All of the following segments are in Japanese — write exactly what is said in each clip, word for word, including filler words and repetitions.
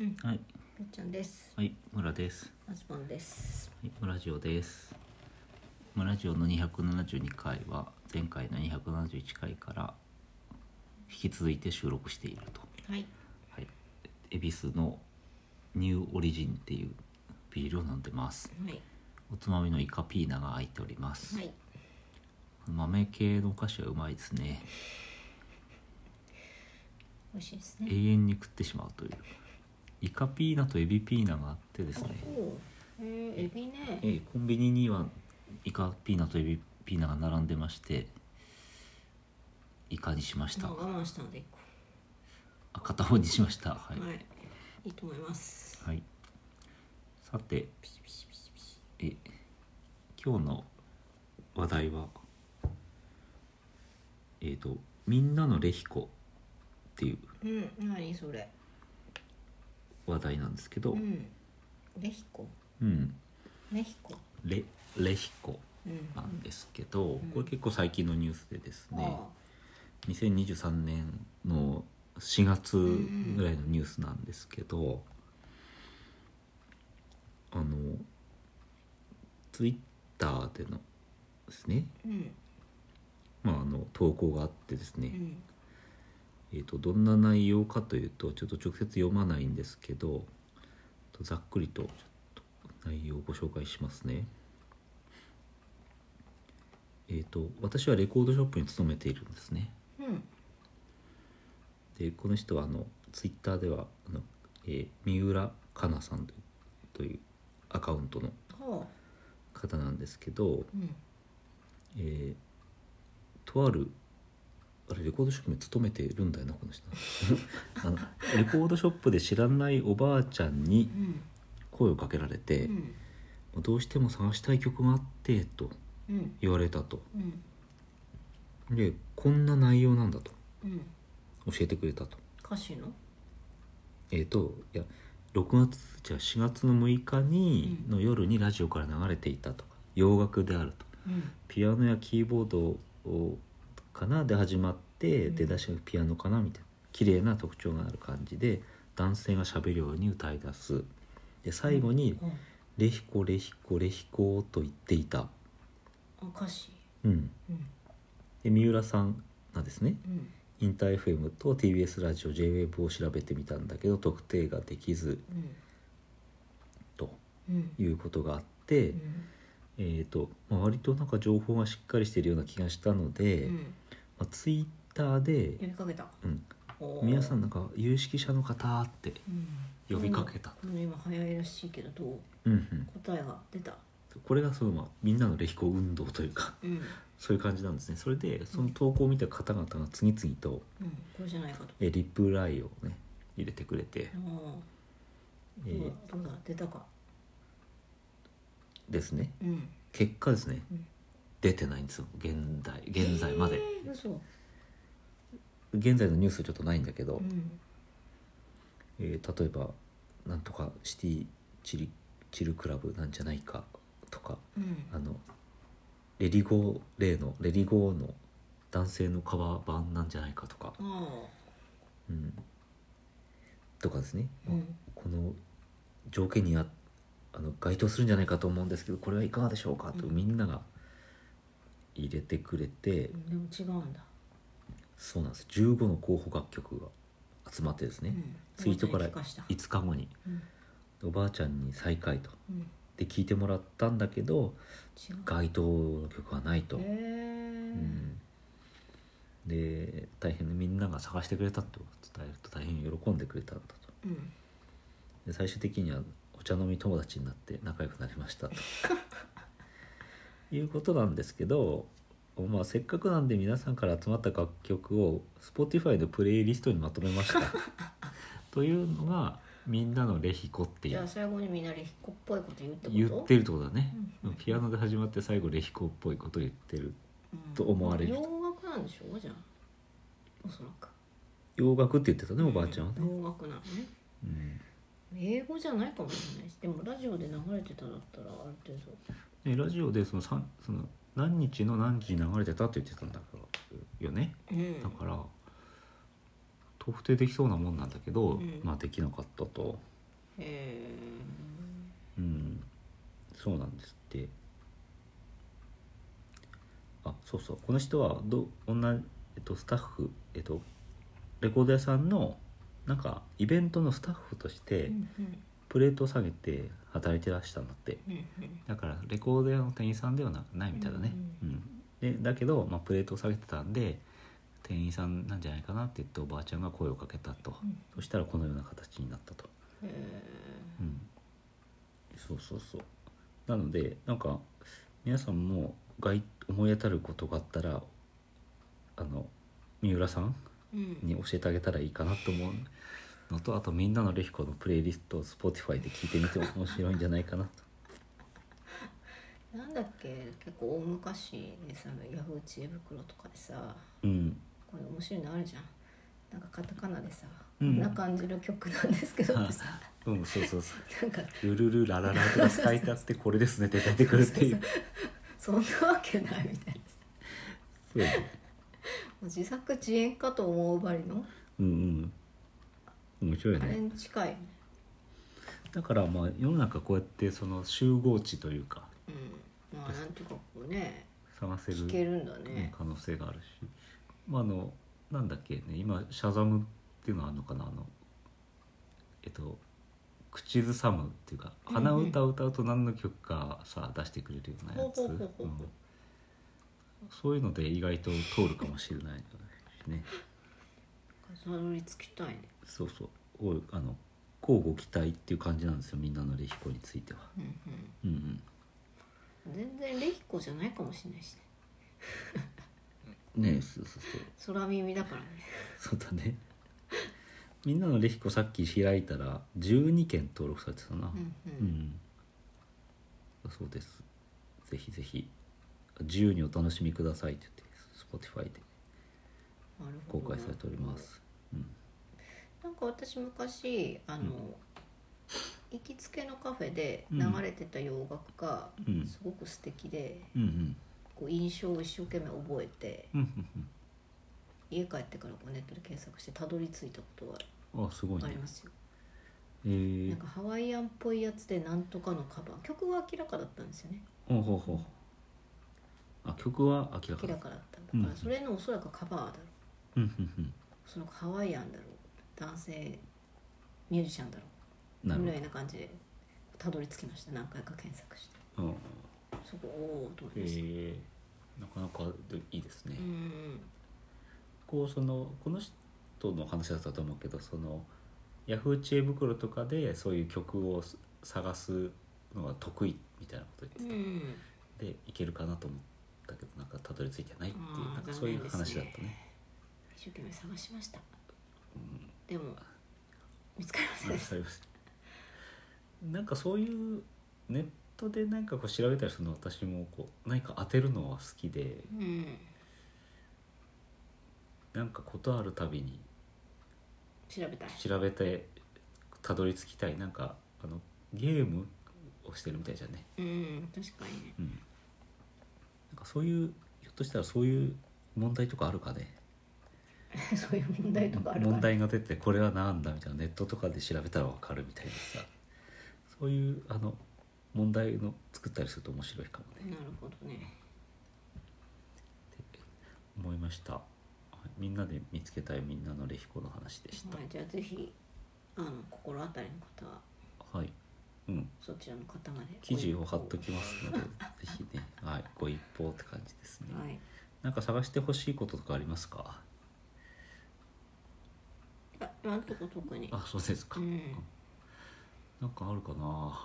うん、 はい、 ぺっちゃんです。 はい、村です。 マスボンです。 はい、村ジオです。村ジオのにひゃくななじゅうにかいは前回のにひゃくななじゅういっかいから引き続いて収録していると。 はい。 はい、恵比寿のニューオリジンっていうビールを飲んでます。 はい。 おつまみのイカピーナが入っております。 はい。 豆系のお菓子はうまいですね。 美味しいですね。 永遠に食ってしまうという。イカピーナとエビピーナがあってですね。 おえー、エビね。 えーコンビニにはイカピーナとエビピーナが並んでまして、イカにしました。 もう我慢したので一個。 あ、片方にしました。はい。 はい。いいと思います。 はい。さて、 ピシピシピシピシ。 え今日の話題は、えっ、とみんなのレヒコっていううん、何それ。 話題なんですけど、 ううん、 ん。レヒコ。レヒコ。 レレヒコうん。 なんですけど、 うんこれ結構最近のニュースでですね、 あにせんにじゅうさんねんのしがつぐらいのニュースなんですけど、あのツイッターでのですね、 あ。うん。 まあ、あの投稿があってですね、 うん。 えーとどんな内容かというと、ちょっと直接読まないんですけど、ざっくりとちょっと内容をご紹介しますね。えーと私はレコードショップに勤めているんですね。 うん。 でこの人はあのツイッターではあの、えー三浦かなさんというというアカウントのはあ。 方なんですけど、 うん。 えーとあるあれレコードショップに勤めているんだよなこの人あのレコードショップで知らないおばあちゃんにうん。 声をかけられて、 うん。 どうしても探したい曲があってとうん。 言われたと。 うん。 でこんな内容なんだとうん。 教えてくれたと。 歌詞の。 えっ、といやろくがつじゃあしがつのむいかにうんの夜にラジオから流れていたとか、洋楽であると、 うん。 ピアノやキーボードをかなで始まって、 うん出だしがピアノかなみたいな綺麗な特徴がある感じで男性がしゃべるように歌い出す。で最後にうん。 「レヒコレヒコレヒコ」と言っていた。 あ、歌詞。 うんうん。 で三浦さんがですね、 うん。 インター エフエム と ティービーエス ラジオ ジェイウェーブ を調べてみたんだけど特定ができずうん。 とうん。 いうことがあって、 うん。 えーとまあ、割となんか情報がしっかりしているような気がしたので、 うん。 まあ、ツイッターで、 呼びかけた。 うん、 おー皆さんなんか有識者の方ってうん。 呼びかけた、 この今流行りらしいけどどううんうん、 答えが出た。 これがその、まあ、みんなのレヒコ運動というかうん。 そういう感じなんですね。それでその投稿を見た方々が次々とうん。これじゃないかと。 えリプライをね入れてくれて、 ああ。 えーどうだ出たか。 ですね、 うん。 結果ですね、 うん出てないんですよ現在現在まで、 えー、嘘。 現在のニュースちょっとないんだけど、 うん。 えー例えばなんとかシティチリチルクラブなんじゃないかとか、 うん。 あのレリゴー例のレリゴーの男性のカバー版なんじゃないかとか、 ああ。 うん、とかですね、 うん。 この条件にああの該当するんじゃないかと思うんですけどこれはいかがでしょうかとうんみんなが入れてくれて、 うんでも違うんだ。 そうなんです。じゅうごの候補楽曲が集まってですね、 うんツイートからおばあちゃんに聞かしたいつかごにうん。 おばあちゃんに再会とうん。 で聞いてもらったんだけど違う。 該当の曲はないと、 へえ。 うん、で大変みんなが探してくれたと伝えると大変喜んでくれたんだと。 うん。 で最終的にはお茶飲み友達になって仲良くなりましたということなんですけど、まあ、せっかくなんで皆さんから集まった楽曲を Spotify のプレイリストにまとめましたというのがみんなのレヒコっていうじゃあ最後にみんなレヒコっぽいこと言うってこと？ 言ってるってことだね、 うんうんピアノで始まって最後レヒコっぽいことを言ってるうんと思われる洋楽なんでしょじゃあおそらく洋楽って言ってたねおばあちゃんはね、 洋楽なのね。 うん英語じゃないかもしれないし、でもラジオで流れてただったらある程度。 ね、ラジオでそのさんその何日の何時に流れてたって言ってたんだからよね、 うん。 だから特定できそうなもんなんだけど、 うんまあできなかったと。 へうんそうなんですって。あそうそう、この人はど同じ、えっと、スタッフ、えっと、レコード屋さんのなんかイベントのスタッフとしてえうんうんプレートを下げて働いてらしたんだって。 うんうんだからレコード屋の店員さんではなないみたいだね、 ううんでだけど、まあ、プレートを下げてたんで店員さんなんじゃないかなって言っておばあちゃんが声をかけたと、 うんそしたらこのような形になったと。 へうんそうそうそう。なのでなんか皆さんもがい思い当たることがあったらあの三浦さんえうんに教えてあげたらいいかなと思うのと、あとみんなのレヒコのプレイリストを Spotify で聞いてみても面白いんじゃないかなと。 なんだっけ結構大昔でさヤフー知恵袋とかでさうんこれ面白いのあるじゃん。なんかカタカナでさ、 うんこんな感じの曲なんですけどってさうんそうそうそうなんかルルルラララとか書いてあってこれですねって出てくるっていう。 そんなわけないみたいなさそうねもう自作自演かと思うばりのうんうん面白いあれね。 に近いよね。 だからまあ世の中こうやってその集合値というかうんまあなんていうかこうね探せる聞けるんだうんね。 可能性があるし、まああのなんだっけね今シャザムっていうのはあるのかな、あのえっと口ずさむっていうかうんうん鼻歌を歌うと何の曲かさ出してくれるようなやつ、 ほうほうほうほううんそういうので意外と通るかもしれないね。 たどり着きたいね。 そうそうおいあの乞うご期待っていう感じなんですよみんなのレヒコについては。 うんうんうんうん、全然レヒコじゃないかもしれないしねそうそうそうね。空耳だからね。 そうだね。みんなのレヒコさっき開いたらじゅうにけん登録されてたな。 うんううんん、そうです。ぜひぜひ自由にお楽しみくださいって言って Spotify でなるほど公開されております。うんなんか私昔あの、 うん行きつけのカフェで流れてた洋楽がうんすごく素敵で、 うんうんこう印象を一生懸命覚えてうん家帰ってからこうネットで検索してたどり着いたことがうんあすごいねあり。ますよ。 えー、 なんかハワイアンっぽいやつでなんとかのカバー曲は明らかだったんですよね。 ほうほうほう。あ曲は明らかだ。 明らかだったんだから、 うんそれのおそらくカバーだろう、 うんうんうんそのハワイアンだろう男性ミュージシャンだろなるほうぐらいな感じでたどり着きました。何回か検索してど。うんそこおおと思いました。 えー、なかなかいいですね。 うんこうそのこの人の話だったと思うけどそのヤフー知恵袋とかでそういう曲を探すのが得意みたいなこと言ってうんた、でいけるかなと思ったけどなんかたどり着いてないっていうあーなんかそういう残念ですね話だったね。 一生懸命探しました。 うんでも見つかりませんでした。 わかりました。なんかそういうネットでなんかこう調べたりするの私もこう何か当てるのは好きで、 うんなんかことあるたびに調べたい。 調べてたどり着きたい。なんかあのゲームをしてるみたいじゃんね。 うん確かにね。 うん、なんかそういうひょっとしたらそういう問題とかあるかね。 そういう問題とかあるから問題が出てこれはなんだみたいなネットとかで調べたら分かるみたいなさ、そういうあの問題の作ったりすると面白いかもねなるほどね。 って思いました。みんなで見つけたいみんなのレヒコの話でした。 はい、じゃあぜひあの心当たりの方ははい、うん、 そちらの方まで記事を貼っときますのでぜひね、はい、ご一報って感じですね。 はい。 なんか探してほしいこととかありますか？ いや今んとこ特に。 あ、そうですか。 うんなんかあるかな。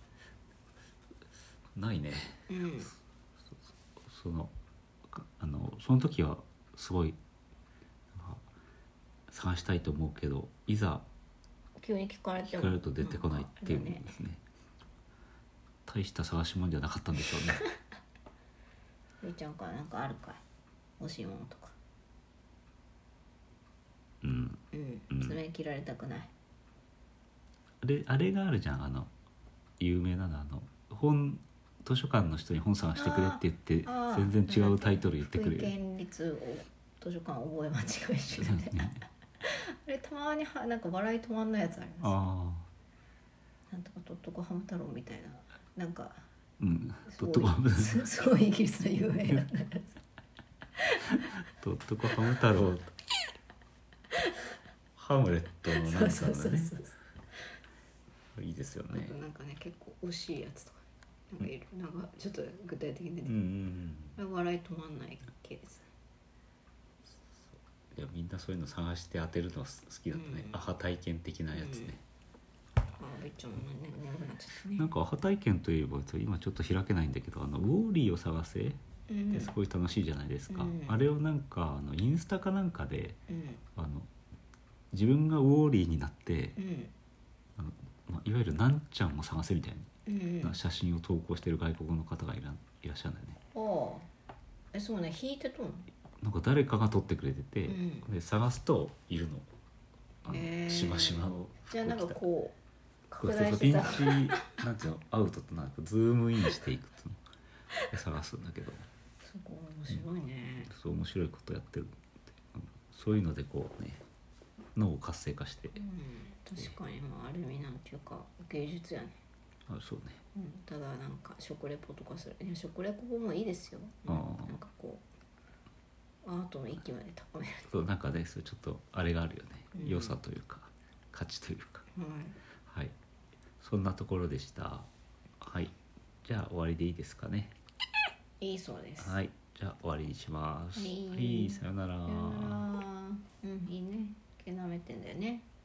ないね。 うんそのあのその時はすごいなんか探したいと思うけど、いざ急に聞かれても聞かれると出てこないっていうんなんかあれだねですね。大した探し物じゃなかったんでしょうね。 ゆいちゃんからなんかあるかい欲しいものとか。 うん。 うんうん爪切られたくない。 あれあれがあるじゃん、あの有名なのあの本図書館の人に本探してくれって言ってあー全然違うタイトル言ってく福井れる。 県立図書館覚え間違いしねあれたまにはなんか笑い止まんないやつあります。 あなんとかとっとこハム太郎みたいな、なんかあうんすごいとっとこハムすすごいイギリスの有名なやとっとこハム太郎ハムレットのなんかつそうそうそうねそう、 いいですよあね。 となんかね結構惜しいやつとかなんかいる、なんかちょっと具体的に出てうんうんくる、笑い止まんない系です。 うん。いやみんなそういうの探して当てるの好きだったね。 うんアハ体験的なやつね。 あべっちゃんもね眠くなっちゃったね。 なんかアハ体験といえば今ちょっと開けないんだけど、あのウォーリーを探せうんってすごい楽しいじゃないですか。 うんあれをなんかあのインスタかなんかでうんあの自分がウォーリーになってうんあの、まあ、いわゆるなんちゃんを探せみたいうんな写真を投稿してる外国の方がいらいらっしゃるんだよね。 ああえそうね引いてとんのなんか誰かが撮ってくれてて、 うんで探すといるの。あのへーしましまをじゃあなんかここうう拡大してピンチさなんていうのアウトとなんかズームインしていくっていうので探すんだけど、 そこ面白いね。 そう面白いことやってるってうんそういうのでこうね脳を活性化して、 うん確かにまあある意味なんていうか芸術やね。 あそうねうんただなんか食レポとかするいや食レポもいいですよ。うんあなんーかこうアートの域まで高める。 そうなんかねそれちょっとあれがあるよね、 うん良さというか価値というかはいはいそんなところでした。はいじゃあ終わりでいいですかね。 いいそうです。 はいじゃあ終わりにします。 はいはい、さよなら。 さよなら。うんいいね。毛舐めてんだよね。